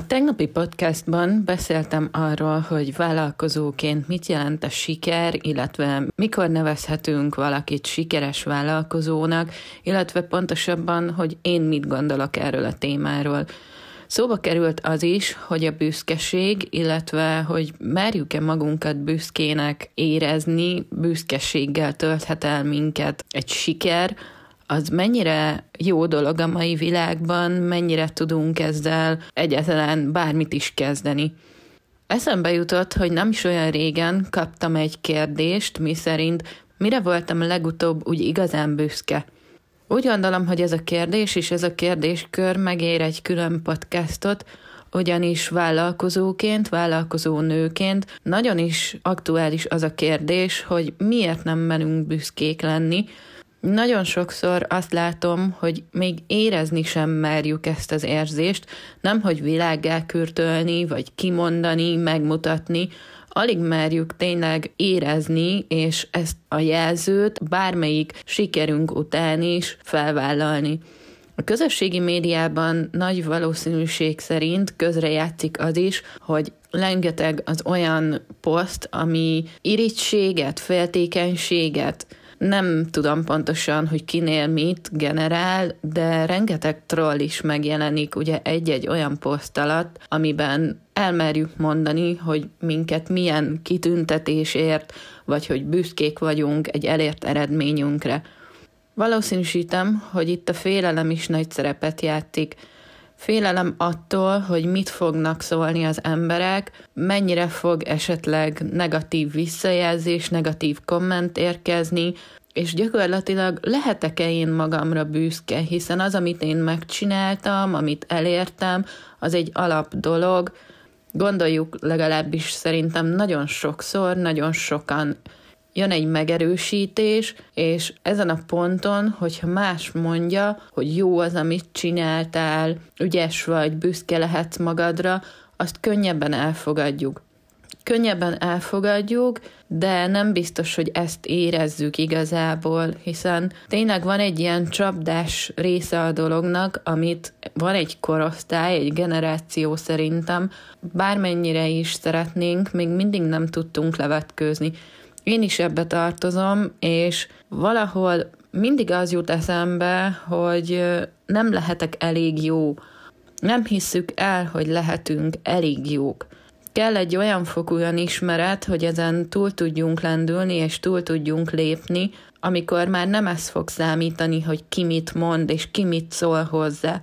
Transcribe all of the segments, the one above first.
A tegnapi podcastban beszéltem arról, hogy vállalkozóként mit jelent a siker, illetve mikor nevezhetünk valakit sikeres vállalkozónak, illetve pontosabban, hogy én mit gondolok erről a témáról. Szóba került az is, hogy a büszkeség, illetve hogy merjük-e magunkat büszkének érezni, büszkeséggel tölthet el minket egy siker, az mennyire jó dolog a mai világban, mennyire tudunk ezzel egyáltalán bármit is kezdeni. Eszembe jutott, hogy nem is olyan régen kaptam egy kérdést, miszerint mire voltam legutóbb úgy igazán büszke. Úgy gondolom, hogy ez a kérdés és ez a kérdéskör megér egy külön podcastot, ugyanis vállalkozóként, vállalkozó nőként nagyon is aktuális az a kérdés, hogy miért nem merünk büszkék lenni. Nagyon sokszor azt látom, hogy még érezni sem merjük ezt az érzést, nemhogy világgá kürtölni, vagy kimondani, megmutatni, alig merjük tényleg érezni, és ezt a jelzőt bármelyik sikerünk után is felvállalni. A közösségi médiában nagy valószínűség szerint közrejátszik az is, hogy rengeteg az olyan poszt, ami irítséget, féltékenységet, nem tudom pontosan, hogy kinél mit generál, de rengeteg troll is megjelenik ugye egy-egy olyan poszt alatt, amiben elmerjük mondani, hogy minket milyen kitüntetés ért, vagy hogy büszkék vagyunk egy elért eredményünkre. Valószínűsítem, hogy itt a félelem is nagy szerepet játszik. Félelem attól, hogy mit fognak szólni az emberek, mennyire fog esetleg negatív visszajelzés, negatív komment érkezni, és gyakorlatilag lehetek-e én magamra büszke, hiszen az, amit én megcsináltam, amit elértem, az egy alap dolog. Gondoljuk legalábbis szerintem nagyon sokszor, nagyon sokan jön egy megerősítés, és ezen a ponton, hogyha más mondja, hogy jó az, amit csináltál, ügyes vagy, büszke lehetsz magadra, azt könnyebben elfogadjuk. Könnyebben elfogadjuk, de nem biztos, hogy ezt érezzük igazából, hiszen tényleg van egy ilyen csapdás része a dolognak, amit van egy korosztály, egy generáció szerintem, bármennyire is szeretnénk, még mindig nem tudtunk levetkőzni. Én is ebbe tartozom, és valahol mindig az jut eszembe, hogy nem lehetek elég jó. Nem hisszük el, hogy lehetünk elég jók. Kell egy olyan fokú önismeret, hogy ezen túl tudjunk lendülni, és túl tudjunk lépni, amikor már nem ez fog számítani, hogy ki mit mond, és ki mit szól hozzá.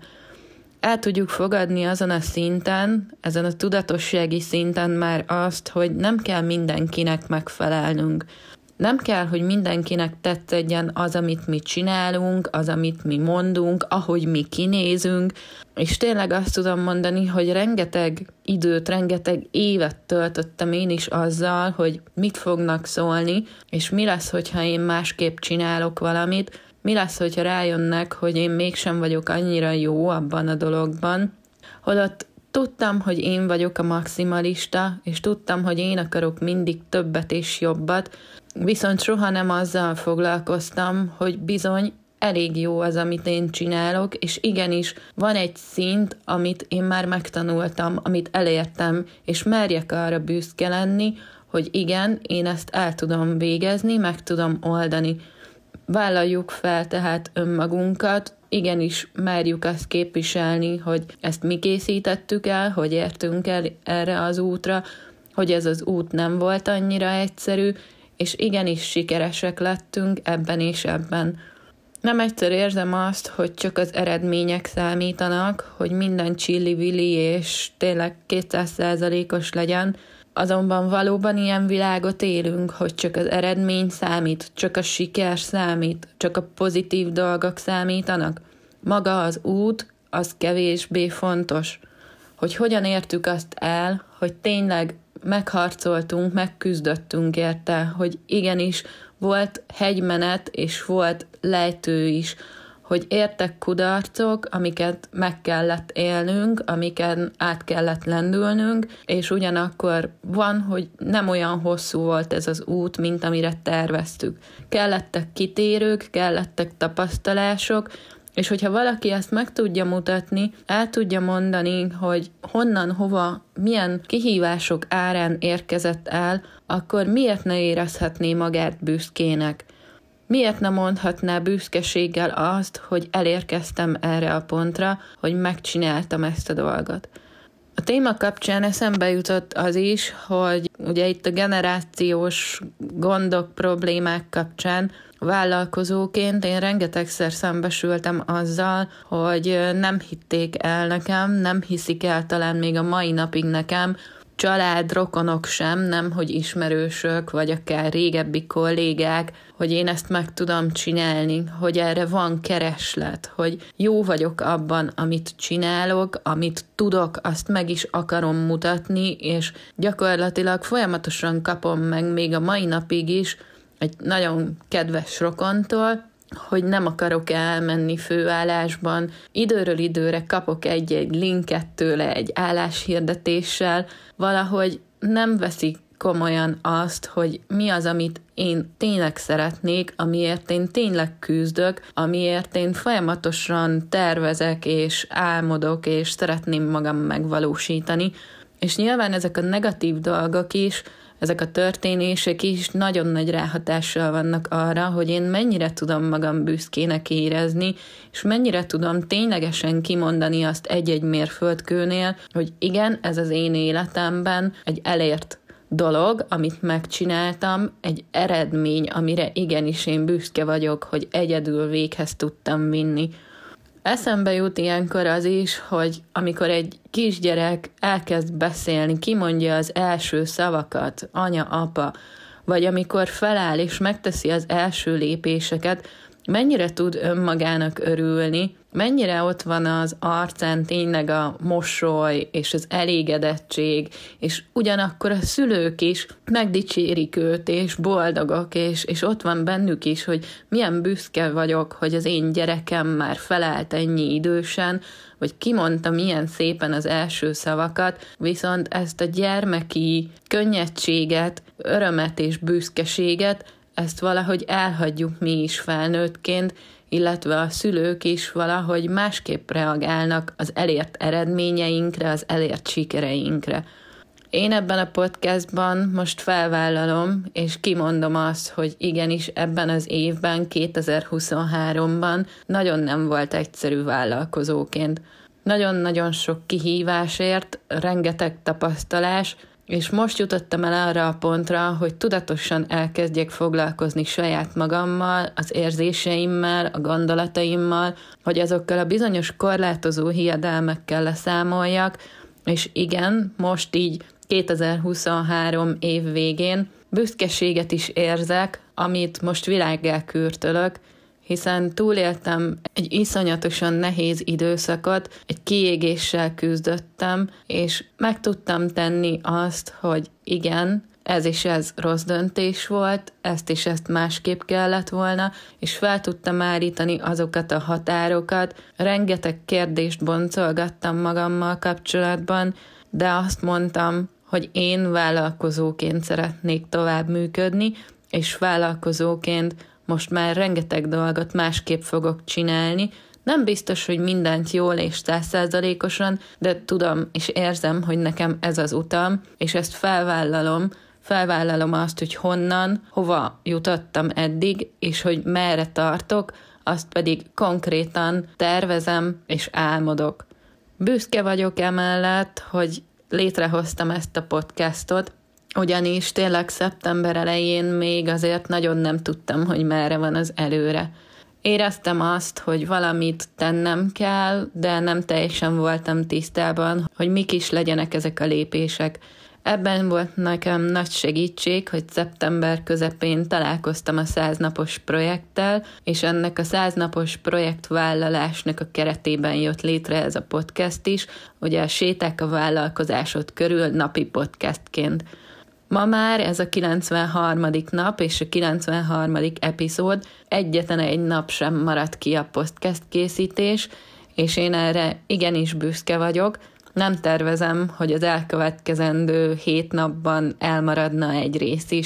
El tudjuk fogadni azon a szinten, ezen a tudatossági szinten már azt, hogy nem kell mindenkinek megfelelnünk. Nem kell, hogy mindenkinek tetszedjen az, amit mi csinálunk, az, amit mi mondunk, ahogy mi kinézünk, és tényleg azt tudom mondani, hogy rengeteg időt, rengeteg évet töltöttem én is azzal, hogy mit fognak szólni, és mi lesz, hogyha én másképp csinálok valamit, mi lesz, hogyha rájönnek, hogy én mégsem vagyok annyira jó abban a dologban, holott tudtam, hogy én vagyok a maximalista, és tudtam, hogy én akarok mindig többet és jobbat, viszont soha nem azzal foglalkoztam, hogy bizony elég jó az, amit én csinálok, és igenis van egy szint, amit én már megtanultam, amit elértem, és merjek arra büszke lenni, hogy igen, én ezt el tudom végezni, meg tudom oldani. Vállaljuk fel tehát önmagunkat, igenis merjük azt képviselni, hogy ezt mi készítettük el, hogy értünk el erre az útra, hogy ez az út nem volt annyira egyszerű, és igenis sikeresek lettünk ebben és ebben. Nem egyszer érzem azt, hogy csak az eredmények számítanak, hogy minden csilli-villi és tényleg 200%-os legyen, azonban valóban ilyen világot élünk, hogy csak az eredmény számít, csak a siker számít, csak a pozitív dolgok számítanak. Maga az út, az kevésbé fontos. Hogy hogyan értük azt el, hogy tényleg megharcoltunk, megküzdöttünk érte, hogy igenis volt hegymenet és volt lejtő is, hogy értek kudarcok, amiket meg kellett élnünk, amiken át kellett lendülnünk, és ugyanakkor van, hogy nem olyan hosszú volt ez az út, mint amire terveztük. Kellettek kitérők, kellettek tapasztalások, És hogyha valaki ezt meg tudja mutatni, el tudja mondani, hogy honnan, hova, milyen kihívások árán érkezett el, akkor miért ne érezhetné magát büszkének? Miért nem mondhatná büszkeséggel azt, hogy elérkeztem erre a pontra, hogy megcsináltam ezt a dolgot? A téma kapcsán eszembe jutott az is, hogy ugye itt a generációs gondok, problémák kapcsán vállalkozóként én rengetegszer szembesültem azzal, hogy nem hitték el nekem, nem hiszik el talán még a mai napig nekem, család, rokonok sem, nem hogy ismerősök, vagy akár régebbi kollégák, hogy én ezt meg tudom csinálni, hogy erre van kereslet, hogy jó vagyok abban, amit csinálok, amit tudok, azt meg is akarom mutatni, és gyakorlatilag folyamatosan kapom meg még a mai napig is egy nagyon kedves rokontól, hogy nem akarok elmenni főállásban. Időről időre kapok egy linket tőle egy álláshirdetéssel, valahogy nem veszik komolyan azt, hogy mi az, amit én tényleg szeretnék, amiért én tényleg küzdök, amiért én folyamatosan tervezek és álmodok, és szeretném magam megvalósítani. És nyilván ezek a negatív dolgok is, ezek a történések is nagyon nagy ráhatással vannak arra, hogy én mennyire tudom magam büszkének érezni, és mennyire tudom ténylegesen kimondani azt egy-egy mérföldkőnél, hogy igen, ez az én életemben egy elért dolog, amit megcsináltam, egy eredmény, amire igenis én büszke vagyok, hogy egyedül véghez tudtam vinni. Eszembe jut ilyenkor az is, hogy amikor egy kisgyerek elkezd beszélni, kimondja az első szavakat, anya, apa, vagy amikor feláll és megteszi az első lépéseket, mennyire tud önmagának örülni, mennyire ott van az arcán tényleg a mosoly és az elégedettség, és ugyanakkor a szülők is megdicsérik őt, és boldogok, és ott van bennük is, hogy milyen büszke vagyok, hogy az én gyerekem már felállt ennyi idősen, vagy kimondta milyen szépen az első szavakat, viszont ezt a gyermeki könnyedséget, örömet és büszkeséget, ezt valahogy elhagyjuk mi is felnőttként, illetve a szülők is valahogy másképp reagálnak az elért eredményeinkre, az elért sikereinkre. Én ebben a podcastban most felvállalom, és kimondom azt, hogy igenis ebben az évben, 2023-ban nagyon nem volt egyszerű vállalkozóként. Nagyon-nagyon sok kihívásért, rengeteg tapasztalás, és most jutottam el arra a pontra, hogy tudatosan elkezdjek foglalkozni saját magammal, az érzéseimmel, a gondolataimmal, hogy azokkal a bizonyos korlátozó hiedelmekkel leszámoljak, és igen, most így 2023 év végén büszkeséget is érzek, amit most világgá kürtölök, hiszen túléltem egy iszonyatosan nehéz időszakot, egy kiégéssel küzdöttem, és meg tudtam tenni azt, hogy igen, ez és ez rossz döntés volt, ezt és ezt másképp kellett volna, és fel tudtam állítani azokat a határokat, rengeteg kérdést boncolgattam magammal kapcsolatban, de azt mondtam, hogy én vállalkozóként szeretnék tovább működni, és vállalkozóként most már rengeteg dolgot másképp fogok csinálni. Nem biztos, hogy mindent jól és 100%-osan, de tudom és érzem, hogy nekem ez az utam, és ezt felvállalom azt, hogy honnan, hova jutottam eddig, és hogy merre tartok, azt pedig konkrétan tervezem és álmodok. Büszke vagyok emellett, hogy létrehoztam ezt a podcastot, ugyanis tényleg szeptember elején még azért nagyon nem tudtam, hogy merre van az előre. Éreztem azt, hogy valamit tennem kell, de nem teljesen voltam tisztában, hogy mik is legyenek ezek a lépések. Ebben volt nekem nagy segítség, hogy szeptember közepén találkoztam a 100 napos projekttel, és ennek a 100 napos projektvállalásnak a keretében jött létre ez a podcast is, ugye a Séták a vállalkozásod körül napi podcastként. Ma már ez a 93. nap és a 93. epizód, egyetlen egy nap sem maradt ki a podcast készítés, és én erre igenis büszke vagyok. Nem tervezem, hogy az elkövetkezendő 7 napban elmaradna egy rész is.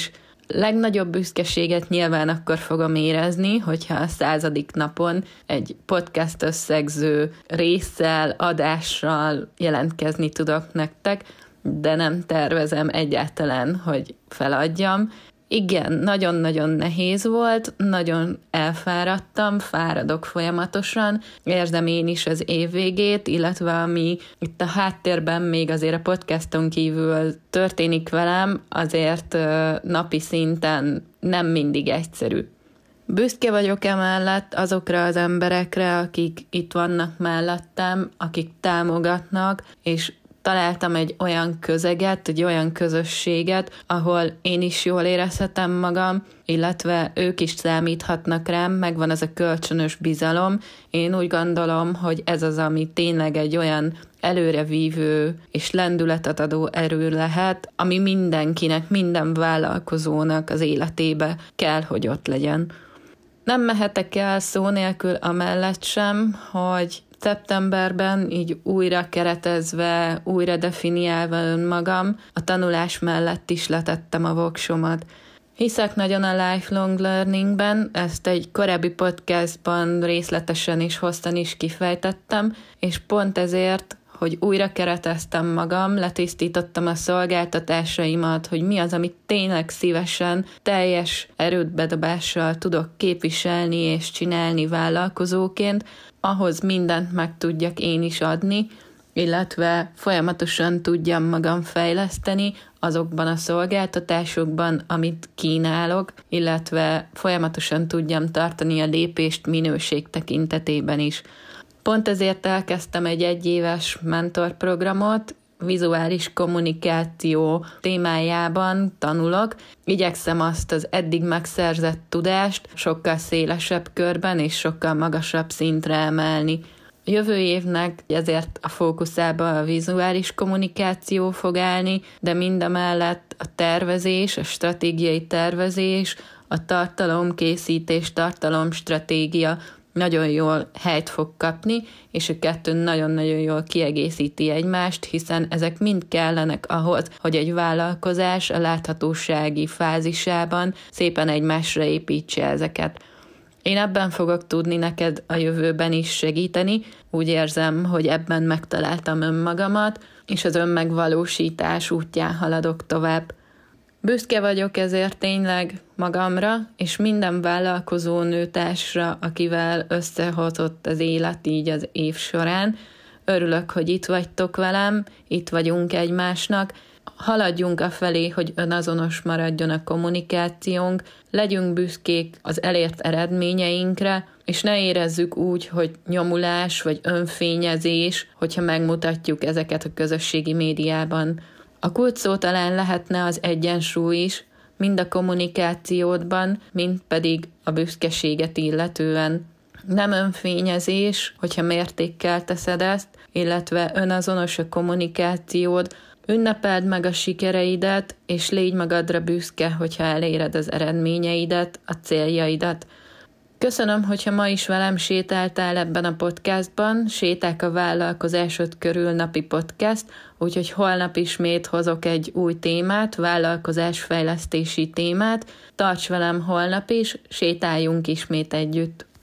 Legnagyobb büszkeséget nyilván akkor fogom érezni, hogyha a 100. napon egy podcast összegző résszel, adással jelentkezni tudok nektek, de nem tervezem egyáltalán, hogy feladjam. Igen, nagyon-nagyon nehéz volt, nagyon elfáradtam, fáradok folyamatosan, érzem én is az év végét, illetve ami itt a háttérben még azért a podcaston kívül történik velem, azért napi szinten nem mindig egyszerű. Büszke vagyok emellett azokra az emberekre, akik itt vannak mellettem, akik támogatnak, és találtam egy olyan közeget, egy olyan közösséget, ahol én is jól érezhetem magam, illetve ők is számíthatnak rám, megvan ez a kölcsönös bizalom. Én úgy gondolom, hogy ez az, ami tényleg egy olyan előrevívő és lendületet adó erő lehet, ami mindenkinek, minden vállalkozónak az életébe kell, hogy ott legyen. Nem mehetek el szó nélkül amellett sem, hogy szeptemberben így újra keretezve, újra definiálva önmagam, a tanulás mellett is letettem a voksomat. Hiszek nagyon a lifelong learningben, ezt egy korábbi podcastban részletesen és hosszan is kifejtettem, és pont ezért, hogy újra kereteztem magam, letisztítottam a szolgáltatásaimat, hogy mi az, amit tényleg szívesen, teljes erőbedobással tudok képviselni és csinálni vállalkozóként, ahhoz mindent meg tudjak én is adni, illetve folyamatosan tudjam magam fejleszteni azokban a szolgáltatásokban, amit kínálok, illetve folyamatosan tudjam tartani a lépést minőség tekintetében is. Pont ezért elkezdtem egy egyéves mentorprogramot, vizuális kommunikáció témájában tanulok. Igyekszem azt az eddig megszerzett tudást sokkal szélesebb körben és sokkal magasabb szintre emelni. Jövő évnek ezért a fókuszába a vizuális kommunikáció fog állni, de mindamellett a tervezés, a stratégiai tervezés, a tartalomkészítés, tartalomstratégia nagyon jól helyt fog kapni, és a kettő nagyon-nagyon jól kiegészíti egymást, hiszen ezek mind kellenek ahhoz, hogy egy vállalkozás a láthatósági fázisában szépen egymásra építse ezeket. Én ebben fogok tudni neked a jövőben is segíteni, úgy érzem, hogy ebben megtaláltam önmagamat, és az önmegvalósítás útján haladok tovább. Büszke vagyok ezért tényleg magamra, és minden vállalkozó nőtársra, akivel összehozott az élet így az év során. Örülök, hogy itt vagytok velem, itt vagyunk egymásnak, haladjunk afelé, hogy önazonos maradjon a kommunikációnk, legyünk büszkék az elért eredményeinkre, és ne érezzük úgy, hogy nyomulás vagy önfényezés, hogyha megmutatjuk ezeket a közösségi médiában. A kulcsszó talán lehetne az egyensúly is, mind a kommunikációdban, mind pedig a büszkeséget illetően. Nem önfényezés, hogyha mértékkel teszed ezt, illetve önazonos a kommunikációd, ünnepeld meg a sikereidet, és légy magadra büszke, hogyha eléred az eredményeidet, a céljaidat. Köszönöm, hogyha ma is velem sétáltál ebben a podcastban, Séták a vállalkozásod körül napi podcast, úgyhogy holnap ismét hozok egy új témát, vállalkozásfejlesztési témát. Tarts velem holnap is, sétáljunk ismét együtt.